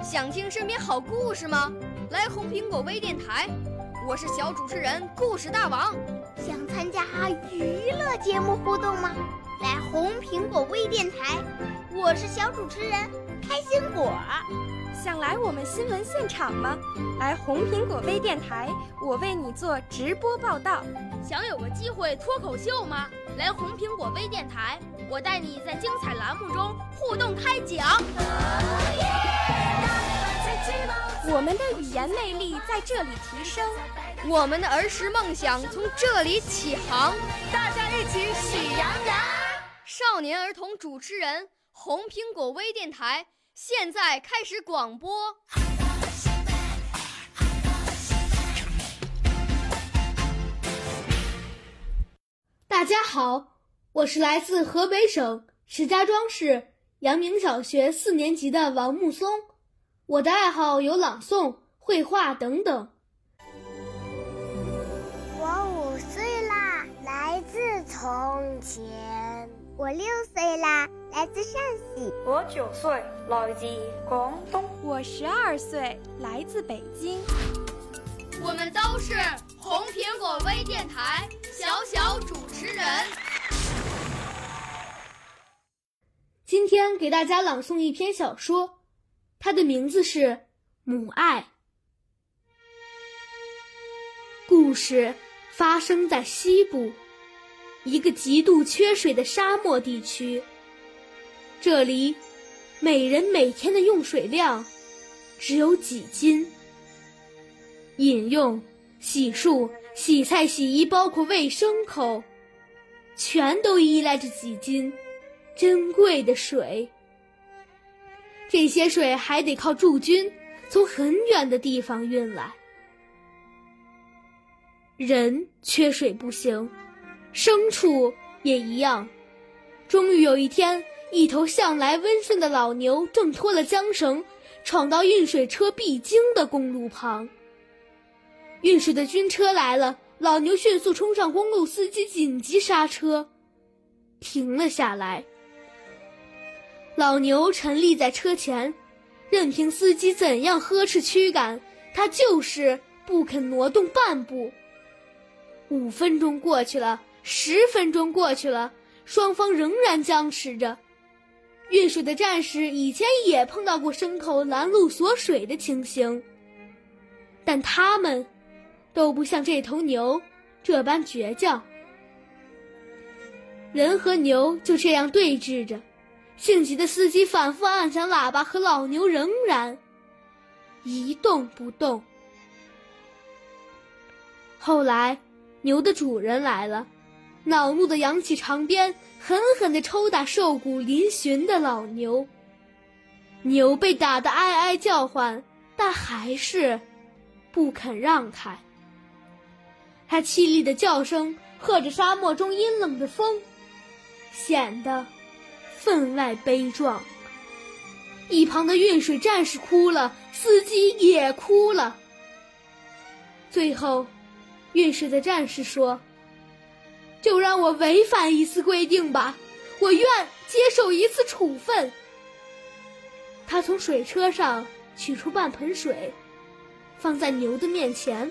想听身边好故事吗？来红苹果微电台，我是小主持人故事大王。 想参加娱乐节目互动吗？来红苹果微电台，我是小主持人开心果。 想来我们新闻现场吗？来红苹果微电台，我为你做直播报道。 想有个机会脱口秀吗？来红苹果微电台，我带你在精彩栏目中互动开讲。 我们的语言魅力在这里提升， 我们的儿时梦想从这里起航。 大家一起喜羊羊。 少年儿童主持人，红苹果微电台现在开始广播。 大家好，我是来自河北省石家庄市阳明小学4年级的王木松，我的爱好有朗诵、绘画等等。 我5岁啦，来自从前。我6岁啦，来自陕西。 我9岁，来自广东。 我12岁，来自北京。 我们都是红苹果微电台小主持人。 今天给大家朗诵一篇小说，它的名字是《母爱》。故事发生在西部一个极度缺水的沙漠地区，这里每人每天的用水量只有几斤，饮用、洗漱、洗菜、洗衣，包括喂牲口，全都依赖着几斤珍贵的水。这些水还得靠驻军从很远的地方运来。人缺水不行，牲畜也一样。终于有一天，一头向来温顺的老牛挣脱了缰绳，闯到运水车必经的公路旁。运水的军车来了，老牛迅速冲上公路，司机紧急刹车，停了下来。老牛沉立在车前，任凭司机怎样呵斥驱赶，他就是不肯挪动半步。5分钟过去了，10分钟过去了，双方仍然僵持着。运水的战士以前也碰到过牲口拦路锁水的情形，但他们都不像这头牛这般倔强。人和牛就这样对峙着，性急的司机反复按响喇叭，和老牛仍然一动不动。后来牛的主人来了，恼怒地扬起长鞭，狠狠地抽打瘦骨嶙峋的老牛。牛被打得哀哀叫唤，但还是不肯让开。它凄厉的叫声和着沙漠中阴冷的风，显得分外悲壮。一旁的运水战士哭了，司机也哭了。最后运水的战士说，就让我违反一次规定吧，我愿接受一次处分。他从水车上取出半盆水，放在牛的面前。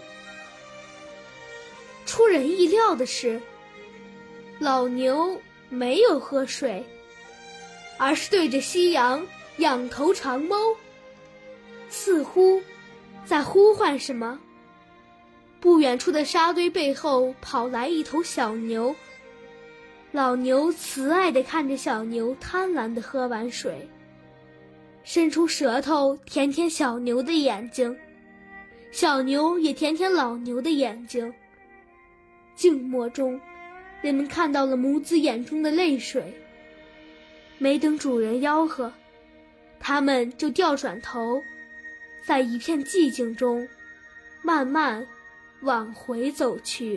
出人意料的是，老牛没有喝水，而是对着夕阳仰头长眸，似乎在呼唤什么。不远处的沙堆背后跑来一头小牛，老牛慈爱地看着小牛贪婪地喝完水，伸出舌头舔舔小牛的眼睛，小牛也舔舔老牛的眼睛。静默中，人们看到了母子眼中的泪水。没等主人吆喝，他们就掉转头，在一片寂静中慢慢往回走去。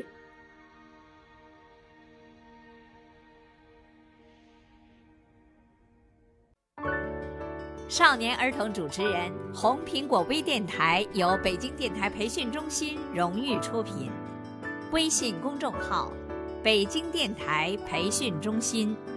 少年儿童主持人，红苹果微电台由北京电台培训中心荣誉出品，微信公众号：北京电台培训中心。